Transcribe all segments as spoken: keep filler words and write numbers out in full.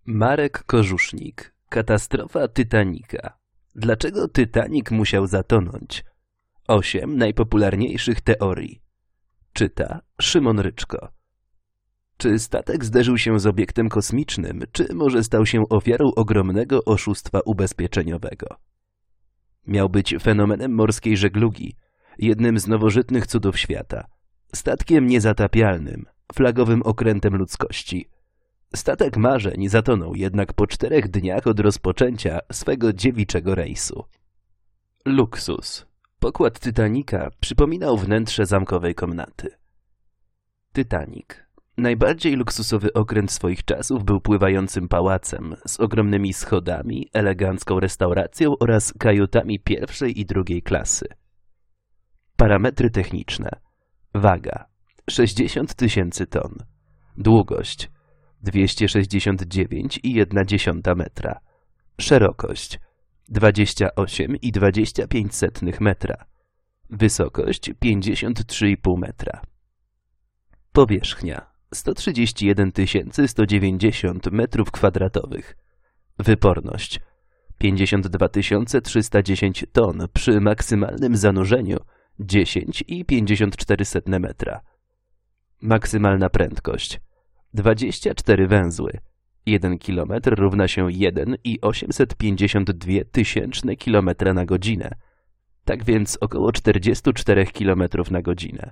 Marek Korzusznik. Katastrofa Titanika. Dlaczego Titanic musiał zatonąć? Osiem najpopularniejszych teorii. Czyta Szymon Ryczko. Czy statek zderzył się z obiektem kosmicznym, czy może stał się ofiarą ogromnego oszustwa ubezpieczeniowego? Miał być fenomenem morskiej żeglugi, jednym z nowożytnych cudów świata, statkiem niezatapialnym, flagowym okrętem ludzkości. Statek marzeń zatonął jednak po czterech dniach od rozpoczęcia swego dziewiczego rejsu. Luksus. Pokład Titanika przypominał wnętrze zamkowej komnaty. Titanic. Najbardziej luksusowy okręt swoich czasów był pływającym pałacem z ogromnymi schodami, elegancką restauracją oraz kajutami pierwszej i drugiej klasy. Parametry techniczne. Waga sześćdziesiąt tysięcy ton. Długość dwieście sześćdziesiąt dziewięć i jedna dziesiąta metra. Szerokość dwadzieścia osiem i dwadzieścia pięć setnych metra. Wysokość pięćdziesiąt trzy i pół metra. Powierzchnia sto trzydzieści jeden tysięcy sto dziewięćdziesiąt metrów kwadratowych. Wyporność pięćdziesiąt dwa tysiące trzysta dziesięć ton przy maksymalnym zanurzeniu dziesięć i pięćdziesiąt cztery setne metra. Maksymalna prędkość dwadzieścia cztery węzły. jeden kilometr równa się jeden i osiemset pięćdziesiąt dwa tysięczne kilometra na godzinę. Tak więc około czterdzieści cztery kilometrów na godzinę.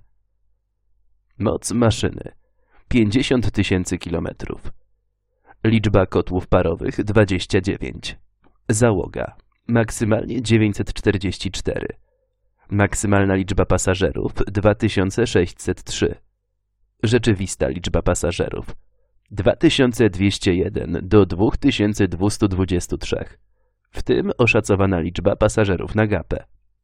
Moc maszyny pięćdziesiąt tysięcy kilometrów. Liczba kotłów parowych dwadzieścia dziewięć. Załoga maksymalnie dziewięćset czterdzieści cztery. Maksymalna liczba pasażerów dwa tysiące sześćset trzy. Rzeczywista liczba pasażerów dwa tysiące dwieście jeden do dwa tysiące dwieście dwadzieścia trzy, w tym oszacowana liczba pasażerów na gapę.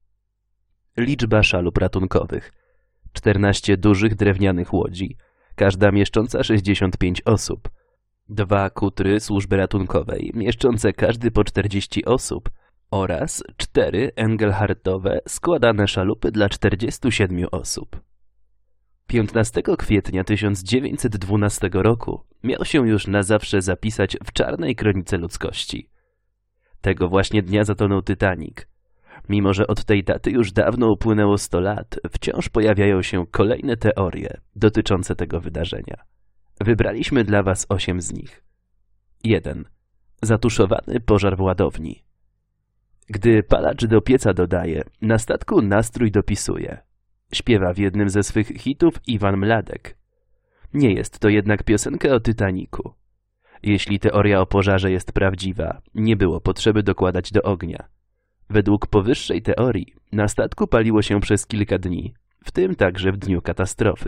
Liczba szalup ratunkowych czternaście dużych drewnianych łodzi, każda mieszcząca sześćdziesiąt pięć osób, dwa kutry służby ratunkowej mieszczące każdy po czterdzieści osób oraz cztery Engelhartowe składane szalupy dla czterdziestu siedmiu osób. piętnastego kwietnia tysiąc dziewięćset dwunastego roku miał się już na zawsze zapisać w czarnej kronice ludzkości. Tego właśnie dnia zatonął Titanic. Mimo że od tej daty już dawno upłynęło sto lat, wciąż pojawiają się kolejne teorie dotyczące tego wydarzenia. Wybraliśmy dla Was osiem z nich. jeden. Zatuszowany pożar w ładowni. Gdy palacz do pieca dodaje, na statku nastrój dopisuje. Śpiewa w jednym ze swych hitów Iwan Mladek. Nie jest to jednak piosenka o Titanicu. Jeśli teoria o pożarze jest prawdziwa, nie było potrzeby dokładać do ognia. Według powyższej teorii na statku paliło się przez kilka dni, w tym także w dniu katastrofy.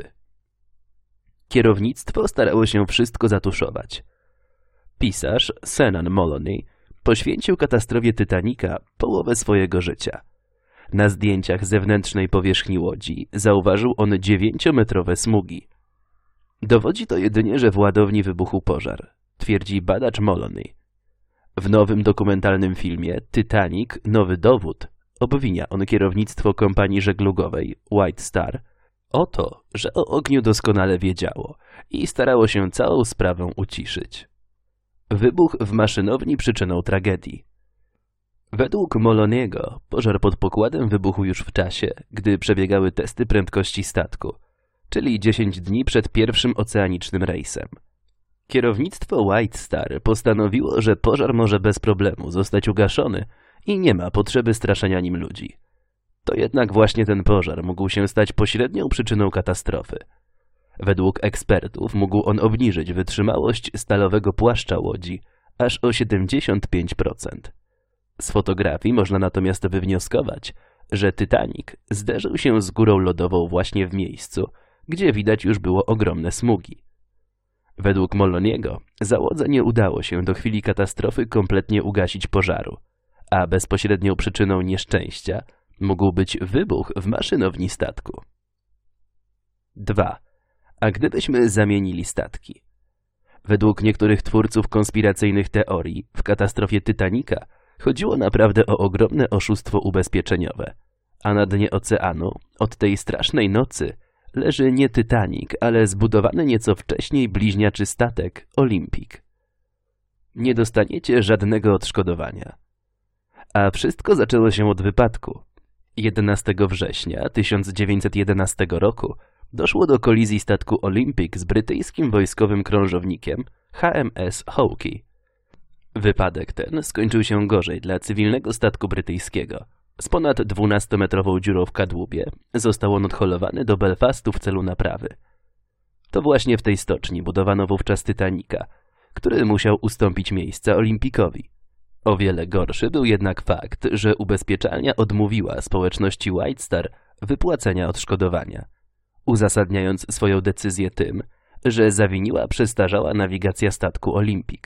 Kierownictwo starało się wszystko zatuszować. Pisarz Senan Moloney poświęcił katastrofie Titanica połowę swojego życia. Na zdjęciach zewnętrznej powierzchni łodzi zauważył on dziewięciometrowe smugi. Dowodzi to jedynie, że w ładowni wybuchł pożar, twierdzi badacz Moloney. W nowym dokumentalnym filmie Titanic – Nowy dowód obwinia on kierownictwo kompanii żeglugowej White Star o to, że o ogniu doskonale wiedziało i starało się całą sprawę uciszyć. Wybuch w maszynowni przyczyną tragedii. Według Moloniego pożar pod pokładem wybuchł już w czasie, gdy przebiegały testy prędkości statku, czyli dziesięć dni przed pierwszym oceanicznym rejsem. Kierownictwo White Star postanowiło, że pożar może bez problemu zostać ugaszony i nie ma potrzeby straszenia nim ludzi. To jednak właśnie ten pożar mógł się stać pośrednią przyczyną katastrofy. Według ekspertów mógł on obniżyć wytrzymałość stalowego płaszcza łodzi aż o siedemdziesiąt pięć procent. Z fotografii można natomiast wywnioskować, że Titanic zderzył się z górą lodową właśnie w miejscu, gdzie widać już było ogromne smugi. Według Moloniego załodze nie udało się do chwili katastrofy kompletnie ugasić pożaru, a bezpośrednią przyczyną nieszczęścia mógł być wybuch w maszynowni statku. dwa. A gdybyśmy zamienili statki? Według niektórych twórców konspiracyjnych teorii w katastrofie Titanica chodziło naprawdę o ogromne oszustwo ubezpieczeniowe, a na dnie oceanu od tej strasznej nocy leży nie Titanic, ale zbudowany nieco wcześniej bliźniaczy statek Olympic. nie dostaniecie żadnego odszkodowania. A wszystko zaczęło się od wypadku. jedenastego września tysiąc dziewięćset jedenastego roku doszło do kolizji statku Olympic z brytyjskim wojskowym krążownikiem H M S Hawkeye. Wypadek ten skończył się gorzej dla cywilnego statku brytyjskiego. Z ponad dwunastometrową dziurą w kadłubie został on odholowany do Belfastu w celu naprawy. To właśnie w tej stoczni budowano wówczas Titanica, który musiał ustąpić miejsca Olympikowi. O wiele gorszy był jednak fakt, że ubezpieczalnia odmówiła społeczności White Star wypłacenia odszkodowania, uzasadniając swoją decyzję tym, że zawiniła przestarzała nawigacja statku Olympic.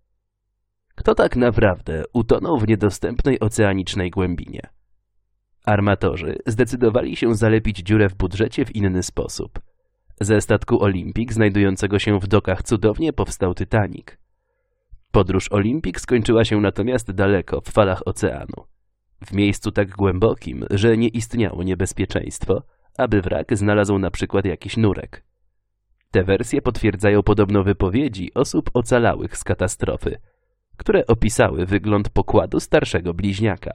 Kto tak naprawdę utonął w niedostępnej oceanicznej głębinie? Armatorzy zdecydowali się zalepić dziurę w budżecie w inny sposób. Ze statku Olympic znajdującego się w dokach cudownie powstał Titanic. Podróż Olympic skończyła się natomiast daleko w falach oceanu. W miejscu tak głębokim, że nie istniało niebezpieczeństwo, aby wrak znalazł na przykład jakiś nurek. Te wersje potwierdzają podobno wypowiedzi osób ocalałych z katastrofy, które opisały wygląd pokładu starszego bliźniaka.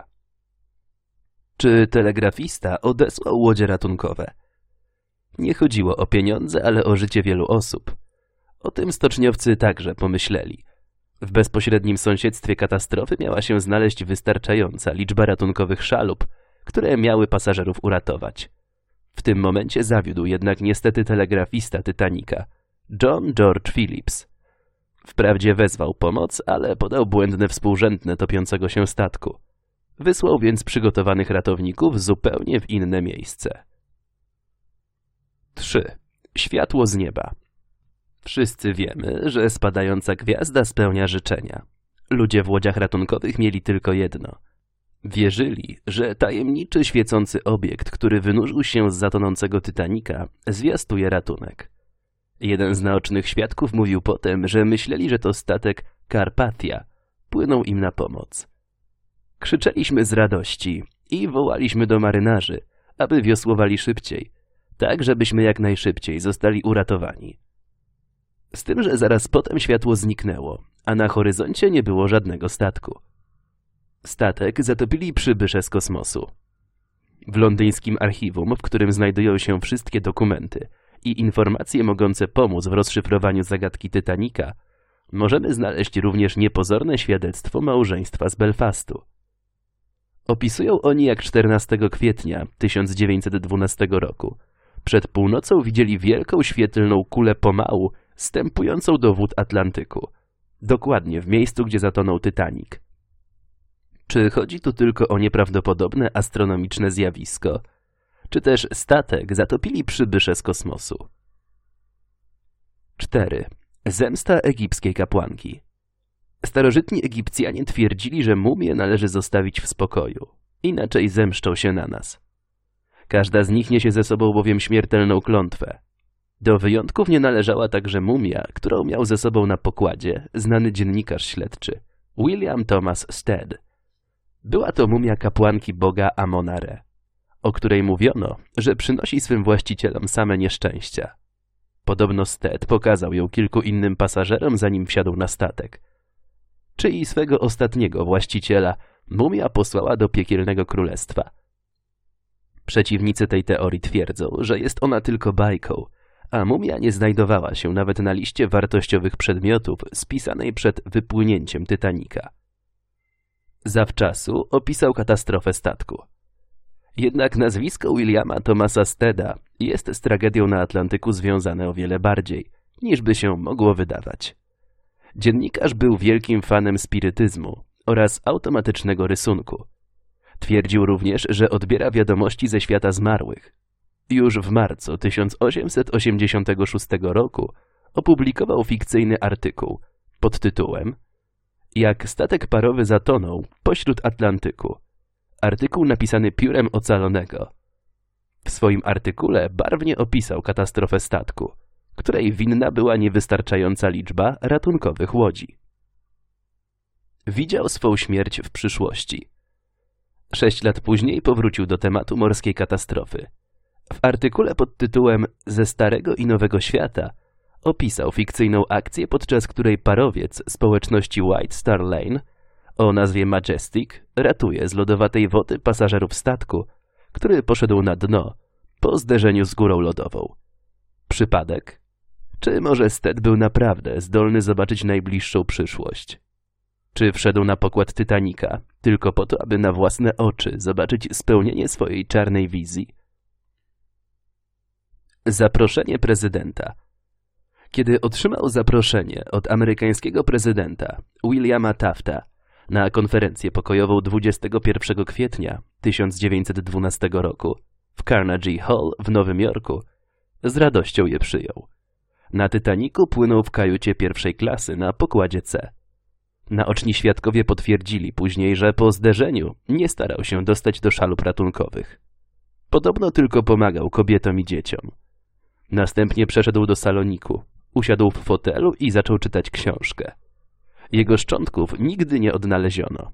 Czy telegrafista odesłał łodzie ratunkowe? Nie chodziło o pieniądze, ale o życie wielu osób. O tym stoczniowcy także pomyśleli. W bezpośrednim sąsiedztwie katastrofy miała się znaleźć wystarczająca liczba ratunkowych szalup, które miały pasażerów uratować. W tym momencie zawiódł jednak niestety telegrafista Titanica, John George Phillips. Wprawdzie wezwał pomoc, ale podał błędne współrzędne topiącego się statku. Wysłał więc przygotowanych ratowników zupełnie w inne miejsce. trzy. Światło z nieba. Wszyscy wiemy, że spadająca gwiazda spełnia życzenia. Ludzie w łodziach ratunkowych mieli tylko jedno. Wierzyli, że tajemniczy świecący obiekt, który wynurzył się z zatonącego Titanica, zwiastuje ratunek. Jeden z naocznych świadków mówił potem, że myśleli, że to statek Carpathia. Płynął im na pomoc. Krzyczeliśmy z radości i wołaliśmy do marynarzy, aby wiosłowali szybciej, tak żebyśmy jak najszybciej zostali uratowani. Z tym, że zaraz potem światło zniknęło, a na horyzoncie nie było żadnego statku. Statek zatopili przybysze z kosmosu. W londyńskim archiwum, w którym znajdują się wszystkie dokumenty i informacje mogące pomóc w rozszyfrowaniu zagadki Titanica, możemy znaleźć również niepozorne świadectwo małżeństwa z Belfastu. Opisują oni, jak czternastego kwietnia tysiąc dziewięćset dwunastego roku przed północą widzieli wielką świetlną kulę pomału stępującą do wód Atlantyku, dokładnie w miejscu, gdzie zatonął Titanic. Czy chodzi tu tylko o nieprawdopodobne astronomiczne zjawisko, czy też statek zatopili przybysze z kosmosu? cztery. Zemsta egipskiej kapłanki. Starożytni Egipcjanie twierdzili, że mumie należy zostawić w spokoju, inaczej zemszczą się na nas. Każda z nich niesie ze sobą bowiem śmiertelną klątwę. Do wyjątków nie należała także mumia, którą miał ze sobą na pokładzie znany dziennikarz śledczy William Thomas Stead. Była to mumia kapłanki boga Amona-Re, o której mówiono, że przynosi swym właścicielom same nieszczęścia. Podobno Stead pokazał ją kilku innym pasażerom, zanim wsiadł na statek. Czy i swego ostatniego właściciela mumia posłała do piekielnego królestwa? Przeciwnicy tej teorii twierdzą, że jest ona tylko bajką, a mumia nie znajdowała się nawet na liście wartościowych przedmiotów spisanej przed wypłynięciem Titanica. Zawczasu opisał katastrofę statku. Jednak nazwisko Williama Thomasa Steada jest z tragedią na Atlantyku związane o wiele bardziej, niż by się mogło wydawać. Dziennikarz był wielkim fanem spirytyzmu oraz automatycznego rysunku. Twierdził również, że odbiera wiadomości ze świata zmarłych. Już w marcu tysiąc osiemset osiemdziesiątego szóstego roku opublikował fikcyjny artykuł pod tytułem Jak statek parowy zatonął pośród Atlantyku. Artykuł napisany piórem ocalonego. W swoim artykule barwnie opisał katastrofę statku, której winna była niewystarczająca liczba ratunkowych łodzi. Widział swą śmierć w przyszłości. Sześć lat później powrócił do tematu morskiej katastrofy. W artykule pod tytułem Ze Starego i Nowego Świata opisał fikcyjną akcję, podczas której parowiec społeczności White Star Line o nazwie Majestic ratuje z lodowatej wody pasażerów statku, który poszedł na dno po zderzeniu z górą lodową. Przypadek? Czy może Stead był naprawdę zdolny zobaczyć najbliższą przyszłość? Czy wszedł na pokład Titanica tylko po to, aby na własne oczy zobaczyć spełnienie swojej czarnej wizji? Zaproszenie prezydenta. Kiedy otrzymał zaproszenie od amerykańskiego prezydenta Williama Tafta na konferencję pokojową dwudziestego pierwszego kwietnia tysiąc dziewięćset dwunastego roku w Carnegie Hall w Nowym Jorku, z radością je przyjął. Na Titanicu płynął w kajucie pierwszej klasy na pokładzie C. Naoczni świadkowie potwierdzili później, że po zderzeniu nie starał się dostać do szalup ratunkowych. Podobno tylko pomagał kobietom i dzieciom. Następnie przeszedł do saloniku, usiadł w fotelu i zaczął czytać książkę. Jego szczątków nigdy nie odnaleziono.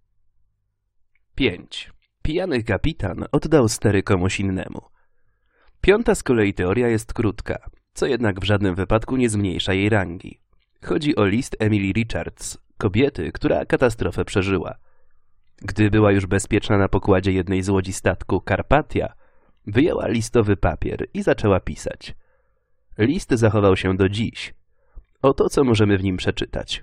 pięć. Pijany kapitan oddał stery komuś innemu. Piąta z kolei teoria jest krótka, co jednak w żadnym wypadku nie zmniejsza jej rangi. Chodzi o list Emily Richards, kobiety, która katastrofę przeżyła. Gdy była już bezpieczna na pokładzie jednej z łodzi statku Carpathia, wyjęła listowy papier i zaczęła pisać. List zachował się do dziś. Oto, co możemy w nim przeczytać.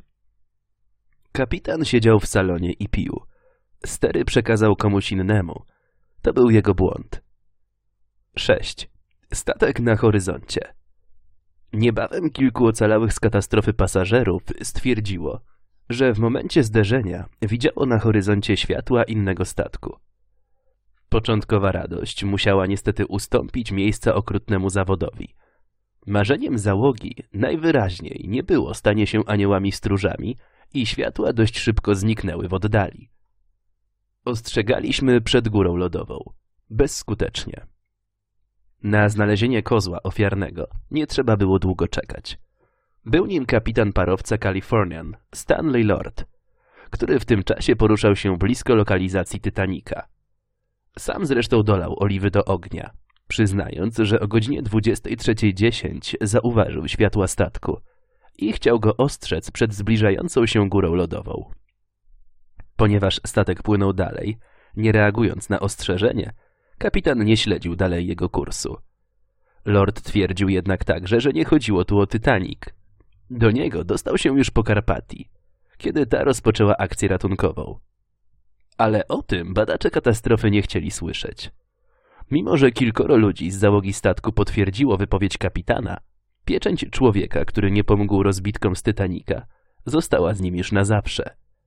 Kapitan siedział w salonie i pił. Stery przekazał komuś innemu. To był jego błąd. sześć. Statek na horyzoncie. Niebawem kilku ocalałych z katastrofy pasażerów stwierdziło, że w momencie zderzenia widziało na horyzoncie światła innego statku. Początkowa radość musiała niestety ustąpić miejsca okrutnemu zawodowi. Marzeniem załogi najwyraźniej nie było stanie się aniołami stróżami i światła dość szybko zniknęły w oddali. Ostrzegaliśmy przed górą lodową. Bezskutecznie. Na znalezienie kozła ofiarnego nie trzeba było długo czekać. Był nim kapitan parowca Californian, Stanley Lord, który w tym czasie poruszał się blisko lokalizacji Titanica. Sam zresztą dolał oliwy do ognia, przyznając, że o godzinie dwudziestej trzeciej dziesięć zauważył światła statku i chciał go ostrzec przed zbliżającą się górą lodową. Ponieważ statek płynął dalej, nie reagując na ostrzeżenie, kapitan nie śledził dalej jego kursu. Lord twierdził jednak także, że nie chodziło tu o Titanic. Do niego dostał się już po Karpatii, kiedy ta rozpoczęła akcję ratunkową. Ale o tym badacze katastrofy nie chcieli słyszeć. Mimo że kilkoro ludzi z załogi statku potwierdziło wypowiedź kapitana, pieczęć człowieka, który nie pomógł rozbitkom z Titanica, została z nim już na zawsze.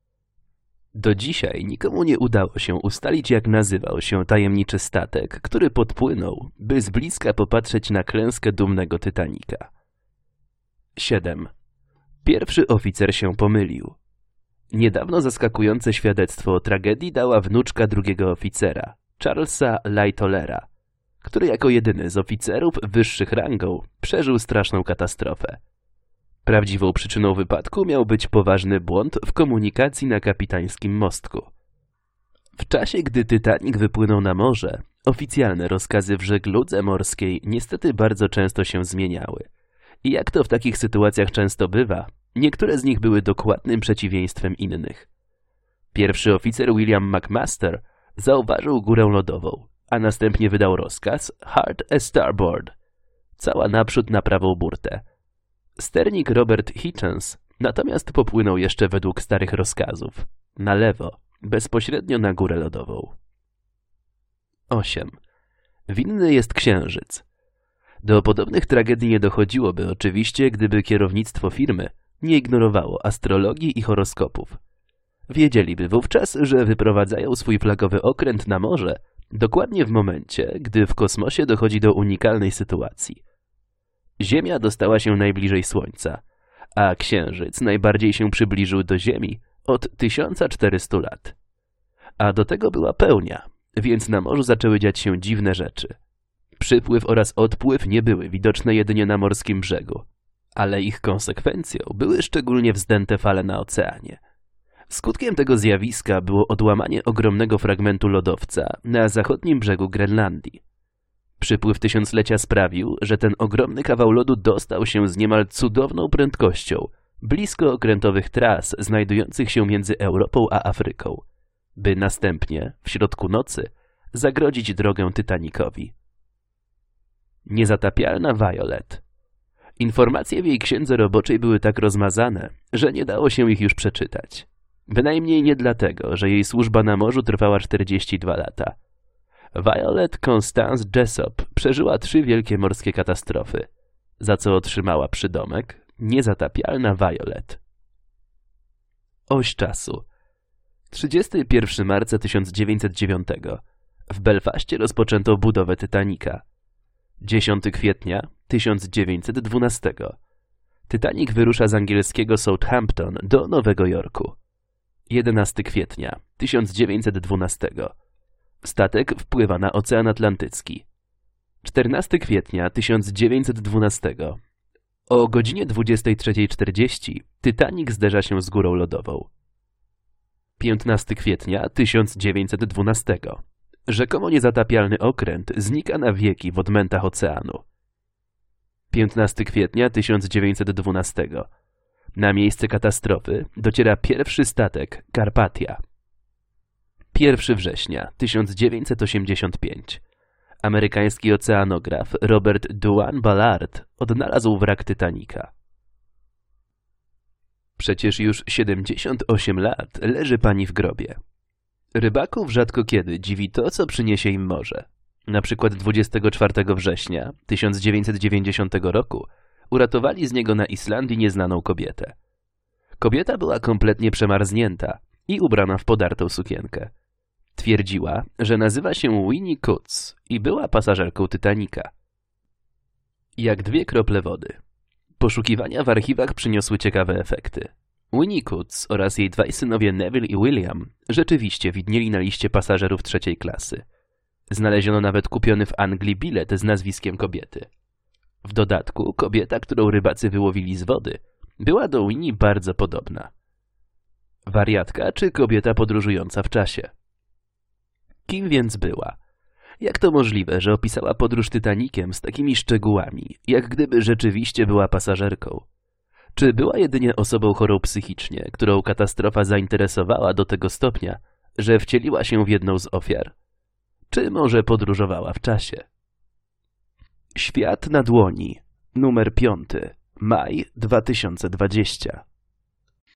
Do dzisiaj nikomu nie udało się ustalić, jak nazywał się tajemniczy statek, który podpłynął, by z bliska popatrzeć na klęskę dumnego Titanica. siedem. Pierwszy oficer się pomylił. Niedawno zaskakujące świadectwo o tragedii dała wnuczka drugiego oficera, Charlesa Lightolera, który jako jedyny z oficerów wyższych rangą przeżył straszną katastrofę. Prawdziwą przyczyną wypadku miał być poważny błąd w komunikacji na kapitańskim mostku. W czasie, gdy Titanic wypłynął na morze, oficjalne rozkazy w żegludze morskiej niestety bardzo często się zmieniały. I jak to w takich sytuacjach często bywa, niektóre z nich były dokładnym przeciwieństwem innych. Pierwszy oficer William McMaster zauważył górę lodową, a następnie wydał rozkaz Hard a starboard, cała naprzód na prawą burtę. Sternik Robert Hitchens natomiast popłynął jeszcze według starych rozkazów, na lewo, bezpośrednio na górę lodową. osiem. Winny jest Księżyc. Do podobnych tragedii nie dochodziłoby oczywiście, gdyby kierownictwo firmy nie ignorowało astrologii i horoskopów. Wiedzieliby wówczas, że wyprowadzają swój flagowy okręt na morze dokładnie w momencie, gdy w kosmosie dochodzi do unikalnej sytuacji. Ziemia dostała się najbliżej Słońca, a Księżyc najbardziej się przybliżył do Ziemi od tysiąca czterystu lat. A do tego była pełnia, więc na morzu zaczęły dziać się dziwne rzeczy. Przypływ oraz odpływ nie były widoczne jedynie na morskim brzegu, ale ich konsekwencją były szczególnie wzdęte fale na oceanie. Skutkiem tego zjawiska było odłamanie ogromnego fragmentu lodowca na zachodnim brzegu Grenlandii. Przypływ tysiąclecia sprawił, że ten ogromny kawał lodu dostał się z niemal cudowną prędkością blisko okrętowych tras znajdujących się między Europą a Afryką, by następnie, w środku nocy, zagrodzić drogę Titanicowi. Niezatapialna Violet. Informacje w jej księdze roboczej były tak rozmazane, że nie dało się ich już przeczytać. Bynajmniej nie dlatego, że jej służba na morzu trwała czterdzieści dwa lata. Violet Constance Jessop przeżyła trzy wielkie morskie katastrofy, za co otrzymała przydomek Niezatapialna Violet. Oś czasu. trzydziestego pierwszego marca tysiąc dziewięćset dziewiątego w Belfaście rozpoczęto budowę Titanica. dziesiątego kwietnia tysiąc dziewięćset dwunastego Titanic wyrusza z angielskiego Southampton do Nowego Jorku. jedenastego kwietnia tysiąc dziewięćset dwunastego statek wpływa na Ocean Atlantycki. czternastego kwietnia tysiąc dziewięćset dwunastego o godzinie dwudziestej trzeciej czterdzieści Titanic zderza się z górą lodową. piętnastego kwietnia tysiąc dziewięćset dwunastego rzekomo niezatapialny okręt znika na wieki w odmętach oceanu. piętnastego kwietnia tysiąc dziewięćset dwunastego na miejsce katastrofy dociera pierwszy statek Carpathia. pierwszego września tysiąc dziewięćset osiemdziesiątego piątego amerykański oceanograf Robert Duane Ballard odnalazł wrak Titanica. Przecież już siedemdziesiąt osiem lat leży pani w grobie. Rybaków rzadko kiedy dziwi to, co przyniesie im morze. Na przykład dwudziestego czwartego września tysiąc dziewięćset dziewięćdziesiątego roku uratowali z niego na Islandii nieznaną kobietę. Kobieta była kompletnie przemarznięta i ubrana w podartą sukienkę. Twierdziła, że nazywa się Winnie Coutts i była pasażerką Titanica. Jak dwie krople wody. Poszukiwania w archiwach przyniosły ciekawe efekty. Winnie Coutts oraz jej dwaj synowie Neville i William rzeczywiście widnieli na liście pasażerów trzeciej klasy. Znaleziono nawet kupiony w Anglii bilet z nazwiskiem kobiety. W dodatku kobieta, którą rybacy wyłowili z wody, była do Winnie bardzo podobna. Wariatka czy kobieta podróżująca w czasie? Kim więc była? Jak to możliwe, że opisała podróż Titanikiem z takimi szczegółami, jak gdyby rzeczywiście była pasażerką? Czy była jedynie osobą chorą psychicznie, którą katastrofa zainteresowała do tego stopnia, że wcieliła się w jedną z ofiar? Czy może podróżowała w czasie? Świat na dłoni, numer piąty, maj dwa tysiące dwudziesty.